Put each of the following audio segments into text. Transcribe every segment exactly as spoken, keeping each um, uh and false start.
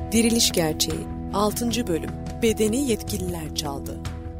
Diriliş Gerçeği altıncı Bölüm. Bedeni yetkililer çaldı.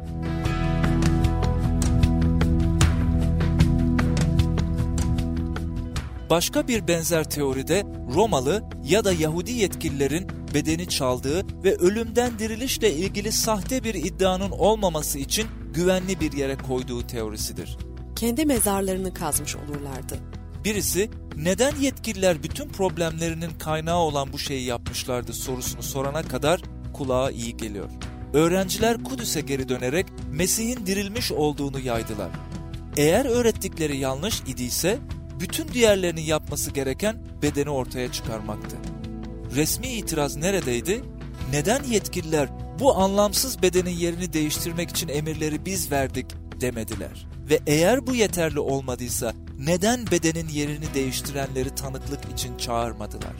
Başka bir benzer teoride Romalı ya da Yahudi yetkililerin bedeni çaldığı ve ölümden dirilişle ilgili sahte bir iddianın olmaması için güvenli bir yere koyduğu teorisidir. Kendi mezarlarını kazmış olurlardı. Birisi, neden yetkililer bütün problemlerinin kaynağı olan bu şeyi yapmışlardı sorusunu sorana kadar kulağa iyi geliyor. Öğrenciler Kudüs'e geri dönerek Mesih'in dirilmiş olduğunu yaydılar. Eğer öğrettikleri yanlış idiyse, bütün diğerlerinin yapması gereken bedeni ortaya çıkarmaktı. Resmi itiraz neredeydi? Neden yetkililer bu anlamsız bedenin yerini değiştirmek için emirleri biz verdik demediler? Ve eğer bu yeterli olmadıysa neden bedenin yerini değiştirenleri tanıklık için çağırmadılar?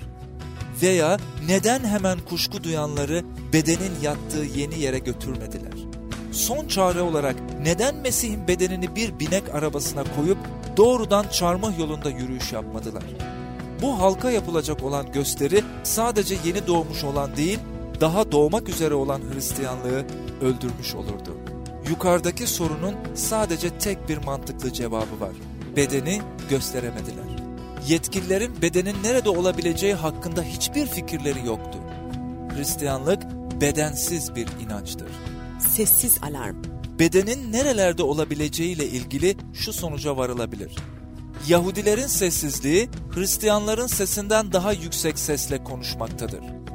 Veya neden hemen kuşku duyanları bedenin yattığı yeni yere götürmediler? Son çare olarak neden Mesih'in bedenini bir binek arabasına koyup doğrudan çarmıh yolunda yürüyüş yapmadılar? Bu halka yapılacak olan gösteri sadece yeni doğmuş olan değil, daha doğmak üzere olan Hristiyanlığı öldürmüş olurdu. Yukarıdaki sorunun sadece tek bir mantıklı cevabı var. Bedeni gösteremediler. Yetkililerin bedenin nerede olabileceği hakkında hiçbir fikirleri yoktu. Hristiyanlık bedensiz bir inançtır. Sessiz alarm. Bedenin nerelerde olabileceğiyle ilgili şu sonuca varılabilir. Yahudilerin sessizliği, Hristiyanların sesinden daha yüksek sesle konuşmaktadır.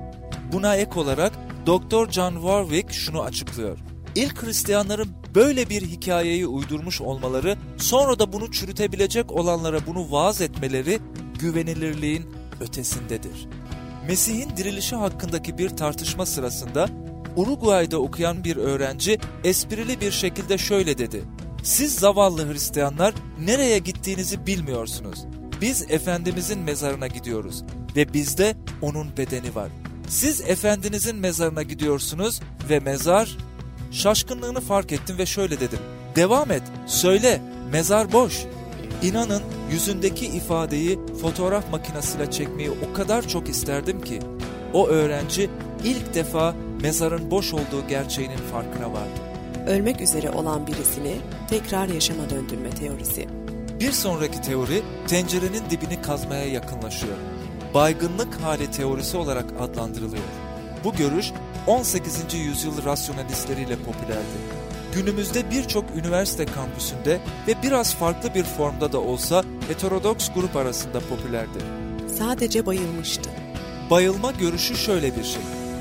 Buna ek olarak Doktor John Warwick şunu açıklıyor. İlk Hristiyanların böyle bir hikayeyi uydurmuş olmaları, sonra da bunu çürütebilecek olanlara bunu vaaz etmeleri güvenilirliğin ötesindedir. Mesih'in dirilişi hakkındaki bir tartışma sırasında Uruguay'da okuyan bir öğrenci esprili bir şekilde şöyle dedi. Siz zavallı Hristiyanlar nereye gittiğinizi bilmiyorsunuz. Biz Efendimizin mezarına gidiyoruz ve bizde onun bedeni var. Siz Efendinizin mezarına gidiyorsunuz ve mezar... Şaşkınlığını fark ettim ve şöyle dedim. Devam et, söyle, mezar boş. İnanın yüzündeki ifadeyi fotoğraf makinesiyle çekmeyi o kadar çok isterdim ki. O öğrenci ilk defa mezarın boş olduğu gerçeğinin farkına vardı. Ölmek üzere olan birisini tekrar yaşama döndürme teorisi. Bir sonraki teori tencerenin dibini kazmaya yakınlaşıyor. Baygınlık hali teorisi olarak adlandırılıyor. Bu görüş on sekizinci yüzyıl rasyonalistleriyle popülerdi. Günümüzde birçok üniversite kampüsünde ve biraz farklı bir formda da olsa heterodoks grup arasında popülerdir. Sadece bayılmıştı. Bayılma görüşü şöyle bir şey.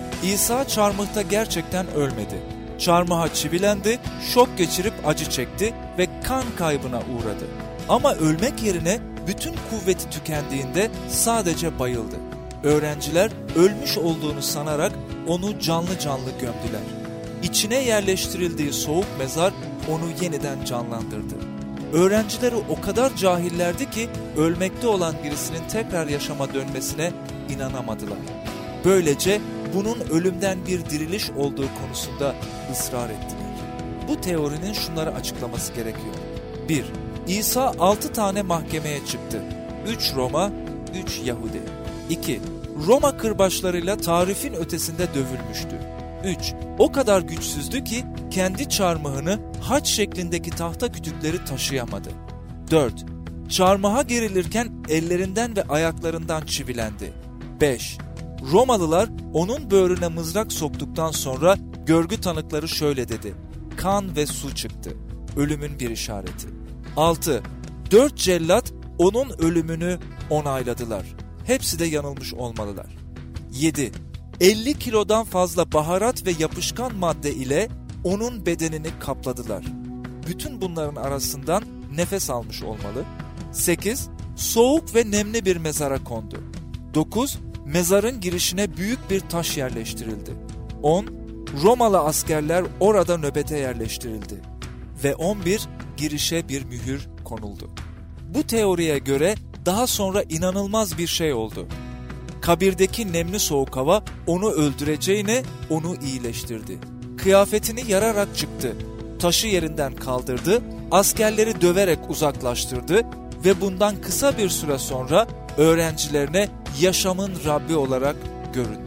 İsa çarmıhta gerçekten ölmedi. Çarmıha çivilendi, şok geçirip acı çekti ve kan kaybına uğradı. Ama ölmek yerine bütün kuvveti tükendiğinde sadece bayıldı. Öğrenciler ölmüş olduğunu sanarak onu canlı canlı gömdüler. İçine yerleştirildiği soğuk mezar onu yeniden canlandırdı. Öğrencileri o kadar cahillerdi ki ölmekte olan birisinin tekrar yaşama dönmesine inanamadılar. Böylece bunun ölümden bir diriliş olduğu konusunda ısrar ettiler. Bu teorinin şunları açıklaması gerekiyor. bir. İsa altı tane mahkemeye çıktı. üç Roma, üç Yahudi. iki. Roma kırbaçlarıyla tarifin ötesinde dövülmüştü. üç. O kadar güçsüzdü ki kendi çarmıhını haç şeklindeki tahta kütükleri taşıyamadı. dört. Çarmıha gerilirken ellerinden ve ayaklarından çivilendi. beş. Romalılar onun böğrüne mızrak soktuktan sonra görgü tanıkları şöyle dedi. Kan ve su çıktı. Ölümün bir işareti. altı. Dört cellat onun ölümünü onayladılar. Hepsi de yanılmış olmalılar. yedi. elli kilodan fazla baharat ve yapışkan madde ile onun bedenini kapladılar. Bütün bunların arasından nefes almış olmalı. sekiz. Soğuk ve nemli bir mezara kondu. dokuz. Mezarın girişine büyük bir taş yerleştirildi. on. Romalı askerler orada nöbete yerleştirildi. Ve on bir. Girişe bir mühür konuldu. Bu teoriye göre daha sonra inanılmaz bir şey oldu. Kabirdeki nemli soğuk hava onu öldüreceğine onu iyileştirdi. Kıyafetini yararak çıktı. Taşı yerinden kaldırdı, askerleri döverek uzaklaştırdı ve bundan kısa bir süre sonra öğrencilerine yaşamın Rabbi olarak göründü.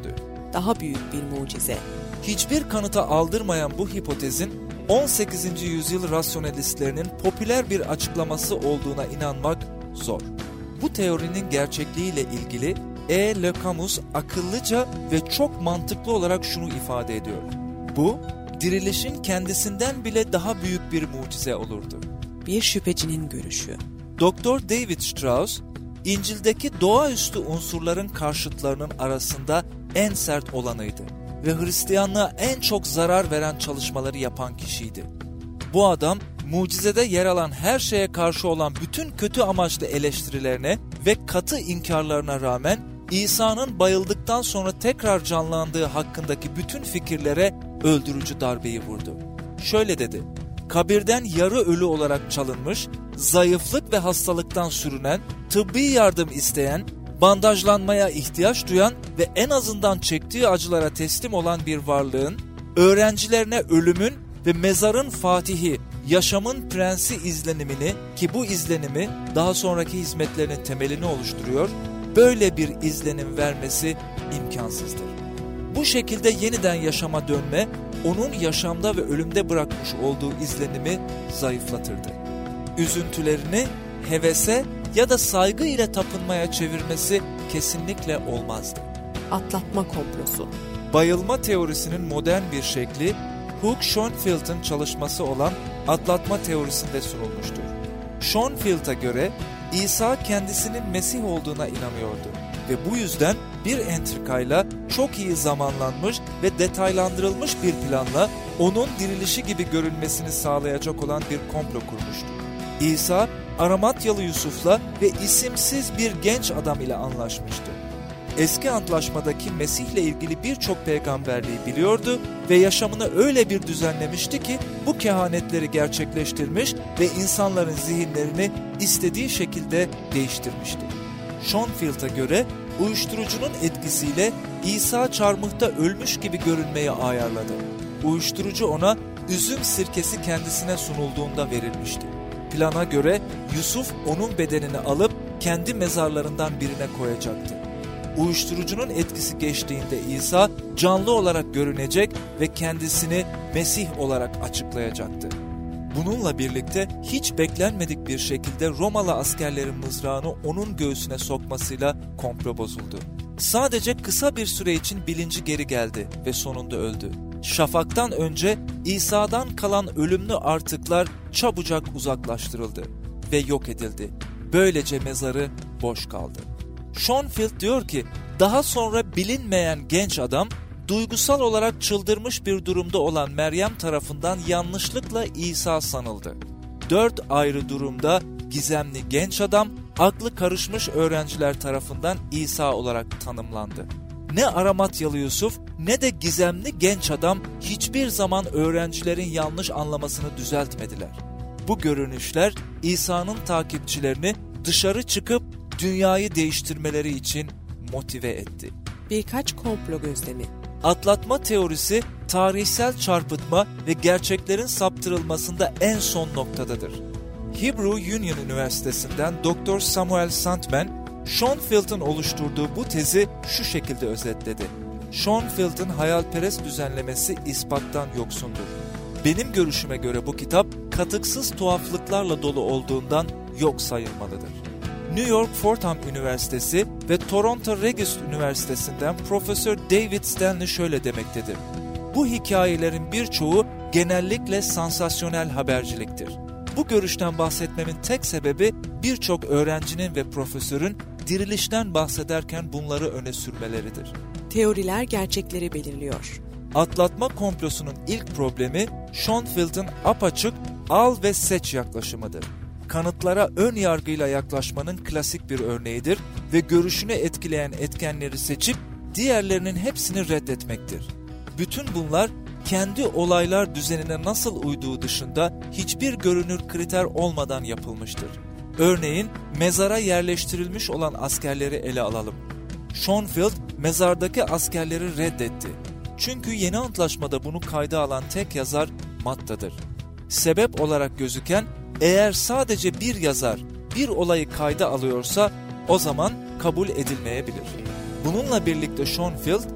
daha büyük bir mucize. Hiçbir kanıta aldırmayan bu hipotezin on sekizinci yüzyıl rasyonalistlerinin popüler bir açıklaması olduğuna inanmak zor. Bu teorinin gerçekliğiyle ilgili E. Le Camus akıllıca ve çok mantıklı olarak şunu ifade ediyor. Bu, dirilişin kendisinden bile daha büyük bir mucize olurdu. Bir şüphecinin görüşü. Doktor David Strauss, İncil'deki doğaüstü unsurların karşıtlarının arasında en sert olanıydı ve Hristiyanlığa en çok zarar veren çalışmaları yapan kişiydi. Bu adam, mucizede yer alan her şeye karşı olan bütün kötü amaçlı eleştirilerine ve katı inkarlarına rağmen İsa'nın bayıldıktan sonra tekrar canlandığı hakkındaki bütün fikirlere öldürücü darbeyi vurdu. Şöyle dedi: kabirden yarı ölü olarak çalınmış, zayıflık ve hastalıktan sürünen, tıbbi yardım isteyen, bandajlanmaya ihtiyaç duyan ve en azından çektiği acılara teslim olan bir varlığın, öğrencilerine ölümün ve mezarın fatihi, yaşamın prensi izlenimini, ki bu izlenimi daha sonraki hizmetlerinin temelini oluşturuyor, böyle bir izlenim vermesi imkansızdır. Bu şekilde yeniden yaşama dönme, onun yaşamda ve ölümde bırakmış olduğu izlenimi zayıflatırdı. Üzüntülerini hevese ya da saygı ile tapınmaya çevirmesi kesinlikle olmazdı. Atlatma komplosu. Bayılma teorisinin modern bir şekli, Hugh Schonfield'ın çalışması olan atlatma teorisinde sunulmuştur. Schonfield'a göre İsa kendisinin Mesih olduğuna inanıyordu ve bu yüzden bir entrikayla çok iyi zamanlanmış ve detaylandırılmış bir planla onun dirilişi gibi görünmesini sağlayacak olan bir komplo kurmuştu. İsa, Aramatyalı Yusuf'la ve isimsiz bir genç adam ile anlaşmıştı. Eski antlaşmadaki Mesih'le ilgili birçok peygamberliği biliyordu ve yaşamını öyle bir düzenlemişti ki bu kehanetleri gerçekleştirmiş ve insanların zihinlerini istediği şekilde değiştirmişti. Schonfield'a göre uyuşturucunun etkisiyle İsa çarmıhta ölmüş gibi görünmeyi ayarladı. Uyuşturucu ona üzüm sirkesi kendisine sunulduğunda verilmişti. Plana göre Yusuf onun bedenini alıp kendi mezarlarından birine koyacaktı. Uyuşturucunun etkisi geçtiğinde İsa canlı olarak görünecek ve kendisini Mesih olarak açıklayacaktı. Bununla birlikte hiç beklenmedik bir şekilde Romalı askerlerin mızrağını onun göğsüne sokmasıyla komplo bozuldu. Sadece kısa bir süre için bilinci geri geldi ve sonunda öldü. Şafaktan önce İsa'dan kalan ölümlü artıklar çabucak uzaklaştırıldı ve yok edildi. Böylece mezarı boş kaldı. Schonfield diyor ki, daha sonra bilinmeyen genç adam, duygusal olarak çıldırmış bir durumda olan Meryem tarafından yanlışlıkla İsa sanıldı. Dört ayrı durumda gizemli genç adam, aklı karışmış öğrenciler tarafından İsa olarak tanımlandı. Ne Aramatyalı Yusuf ne de gizemli genç adam hiçbir zaman öğrencilerin yanlış anlamasını düzeltmediler. Bu görünüşler İsa'nın takipçilerini dışarı çıkıp dünyayı değiştirmeleri için motive etti. Birkaç komplo gözlemi. Atlatma teorisi tarihsel çarpıtma ve gerçeklerin saptırılmasında en son noktadadır. Hebrew Union Üniversitesi'nden Doktor Samuel Sandman, Schonfield'ın oluşturduğu bu tezi şu şekilde özetledi. Schonfield'ın hayalperest düzenlemesi ispattan yoksundur. Benim görüşüme göre bu kitap katıksız tuhaflıklarla dolu olduğundan yok sayılmalıdır. New York Fordham Üniversitesi ve Toronto Regis Üniversitesi'nden Profesör David Stanley şöyle demektedir. Bu hikayelerin birçoğu genellikle sansasyonel haberciliktir. Bu görüşten bahsetmemin tek sebebi birçok öğrencinin ve profesörün dirilişten bahsederken bunları öne sürmeleridir. Teoriler gerçekleri belirliyor. Atlatma komplosunun ilk problemi Schonfield'ın apaçık al ve seç yaklaşımıdır. Kanıtlara ön yargıyla yaklaşmanın klasik bir örneğidir ve görüşünü etkileyen etkenleri seçip diğerlerinin hepsini reddetmektir. Bütün bunlar kendi olaylar düzenine nasıl uyduğu dışında hiçbir görünür kriter olmadan yapılmıştır. Örneğin mezara yerleştirilmiş olan askerleri ele alalım. Schonfield mezardaki askerleri reddetti. Çünkü yeni antlaşmada bunu kayda alan tek yazar Matta'dır. Sebep olarak gözüken, eğer sadece bir yazar bir olayı kayda alıyorsa o zaman kabul edilmeyebilir. Bununla birlikte Schonfield,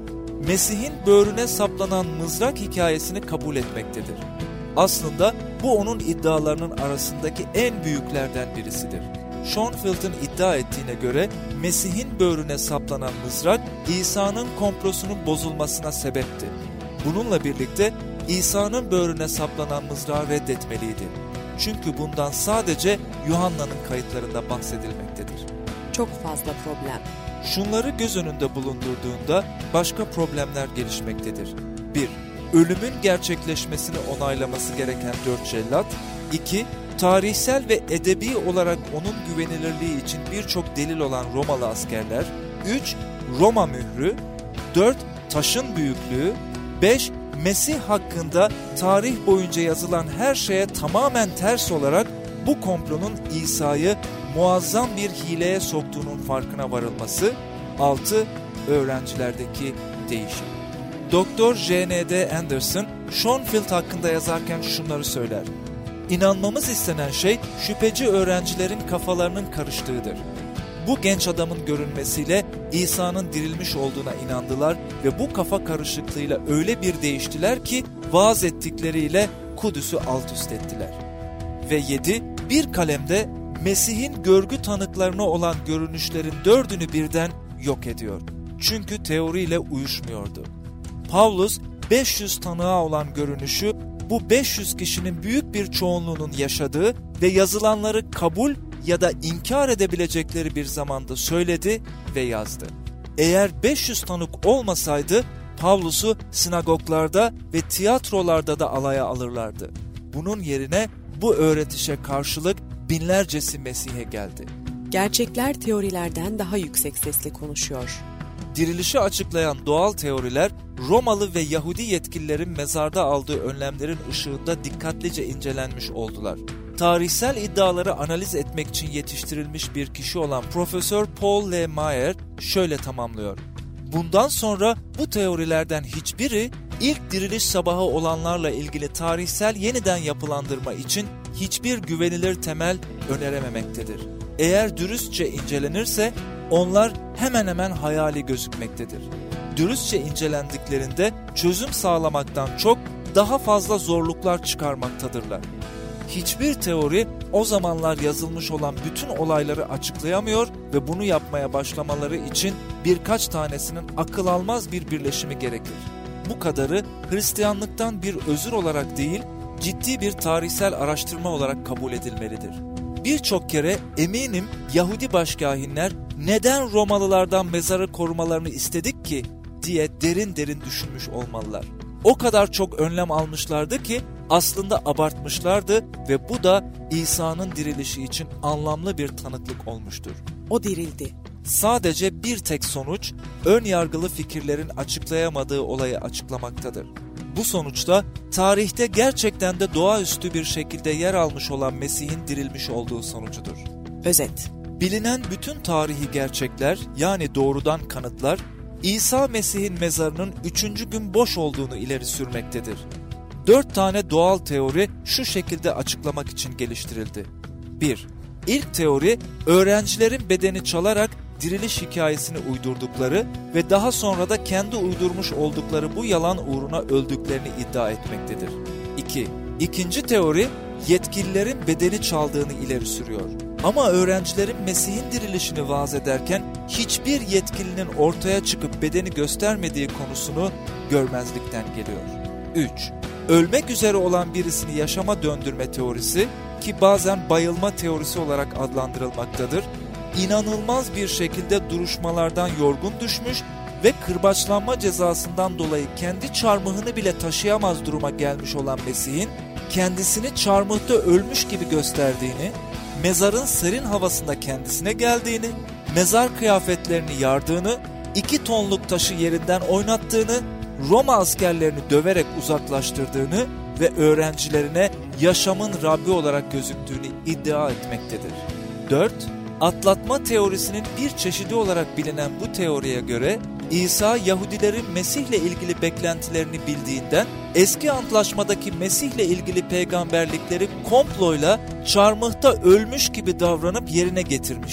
Mesih'in böğrüne saplanan mızrak hikayesini kabul etmektedir. Aslında bu onun iddialarının arasındaki en büyüklerden birisidir. Schoenfeld'in iddia ettiğine göre Mesih'in böğrüne saplanan mızrak İsa'nın komplosunun bozulmasına sebepti. Bununla birlikte İsa'nın böğrüne saplanan mızrağı reddetmeliydi. Çünkü bundan sadece Yuhanna'nın kayıtlarında bahsedilmektedir. Çok fazla problem. Şunları göz önünde bulundurduğunda başka problemler gelişmektedir. bir Ölümün gerçekleşmesini onaylaması gereken dört cellat. iki Tarihsel ve edebi olarak onun güvenilirliği için birçok delil olan Romalı askerler. üç Roma mührü. dört Taşın büyüklüğü. beş Mesih hakkında tarih boyunca yazılan her şeye tamamen ters olarak bu komplonun İsa'yı muazzam bir hileye soktuğunun farkına varılması. altı Öğrencilerdeki değişim. Doktor J N D Anderson, Schoenfeld hakkında yazarken şunları söyler. İnanmamız istenen şey şüpheci öğrencilerin kafalarının karıştığıdır. Bu genç adamın görünmesiyle İsa'nın dirilmiş olduğuna inandılar ve bu kafa karışıklığıyla öyle bir değiştiler ki vaaz ettikleriyle Kudüs'ü alt üst ettiler. Ve yedi Bir kalemde Mesih'in görgü tanıklarına olan görünüşlerin dördünü birden yok ediyor. Çünkü teoriyle uyuşmuyordu. Pavlus beş yüz tanığa olan görünüşü bu beş yüz kişinin büyük bir çoğunluğunun yaşadığı ve yazılanları kabul ya da inkar edebilecekleri bir zamanda söyledi ve yazdı. Eğer beş yüz tanık olmasaydı Pavlus'u sinagoglarda ve tiyatrolarda da alaya alırlardı. Bunun yerine bu öğretişe karşılık binlercesi Mesih'e geldi. Gerçekler teorilerden daha yüksek sesle konuşuyor. Dirilişi açıklayan doğal teoriler, Romalı ve Yahudi yetkililerin mezarda aldığı önlemlerin ışığında dikkatlice incelenmiş oldular. Tarihsel iddiaları analiz etmek için yetiştirilmiş bir kişi olan Profesör Paul L. Maier şöyle tamamlıyor. Bundan sonra bu teorilerden hiçbiri ilk diriliş sabahı olanlarla ilgili tarihsel yeniden yapılandırma için hiçbir güvenilir temel önerememektedir. Eğer dürüstçe incelenirse onlar hemen hemen hayali gözükmektedir. Dürüstçe incelendiklerinde çözüm sağlamaktan çok daha fazla zorluklar çıkarmaktadırlar. Hiçbir teori o zamanlar yazılmış olan bütün olayları açıklayamıyor ve bunu yapmaya başlamaları için birkaç tanesinin akıl almaz bir birleşimi gerekir. Bu kadarı Hristiyanlıktan bir özür olarak değil, ciddi bir tarihsel araştırma olarak kabul edilmelidir. Birçok kere eminim Yahudi başkâhinler neden Romalılardan mezarı korumalarını istedik ki diye derin derin düşünmüş olmalılar. O kadar çok önlem almışlardı ki aslında abartmışlardı ve bu da İsa'nın dirilişi için anlamlı bir tanıklık olmuştur. O dirildi. Sadece bir tek sonuç, ön yargılı fikirlerin açıklayamadığı olayı açıklamaktadır. Bu sonuçta tarihte gerçekten de doğaüstü bir şekilde yer almış olan Mesih'in dirilmiş olduğu sonucudur. Özet. Bilinen bütün tarihi gerçekler, yani doğrudan kanıtlar, İsa Mesih'in mezarının üçüncü gün boş olduğunu ileri sürmektedir. Dört tane doğal teori şu şekilde açıklamak için geliştirildi. bir İlk teori, öğrencilerin bedeni çalarak diriliş hikayesini uydurdukları ve daha sonra da kendi uydurmuş oldukları bu yalan uğruna öldüklerini iddia etmektedir. iki İkinci teori, yetkililerin bedeni çaldığını ileri sürüyor. Ama öğrencilerin Mesih'in dirilişini vaaz ederken hiçbir yetkilinin ortaya çıkıp bedeni göstermediği konusunu görmezlikten geliyor. üç Ölmek üzere olan birisini yaşama döndürme teorisi, ki bazen bayılma teorisi olarak adlandırılmaktadır, inanılmaz bir şekilde duruşmalardan yorgun düşmüş ve kırbaçlanma cezasından dolayı kendi çarmıhını bile taşıyamaz duruma gelmiş olan Mesih'in kendisini çarmıhta ölmüş gibi gösterdiğini, mezarın serin havasında kendisine geldiğini, mezar kıyafetlerini yardığını, iki tonluk taşı yerinden oynattığını, Roma askerlerini döverek uzaklaştırdığını ve öğrencilerine yaşamın Rabbi olarak gözüktüğünü iddia etmektedir. dört Atlatma teorisinin bir çeşidi olarak bilinen bu teoriye göre İsa Yahudilerin Mesih'le ilgili beklentilerini bildiğinden eski antlaşmadaki Mesih'le ilgili peygamberlikleri komployla çarmıhta ölmüş gibi davranıp yerine getirmişti.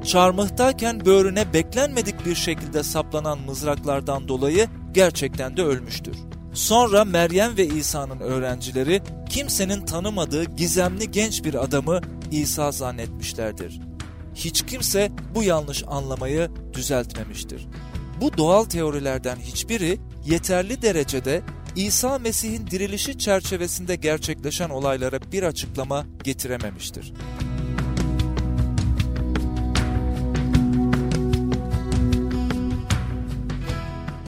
çarmıhtayken böğrüne beklenmedik bir şekilde saplanan mızraklardan dolayı gerçekten de ölmüştür. Sonra Meryem ve İsa'nın öğrencileri kimsenin tanımadığı gizemli genç bir adamı İsa zannetmişlerdir. Hiç kimse bu yanlış anlamayı düzeltmemiştir. Bu doğal teorilerden hiçbiri yeterli derecede İsa Mesih'in dirilişi çerçevesinde gerçekleşen olaylara bir açıklama getirememiştir.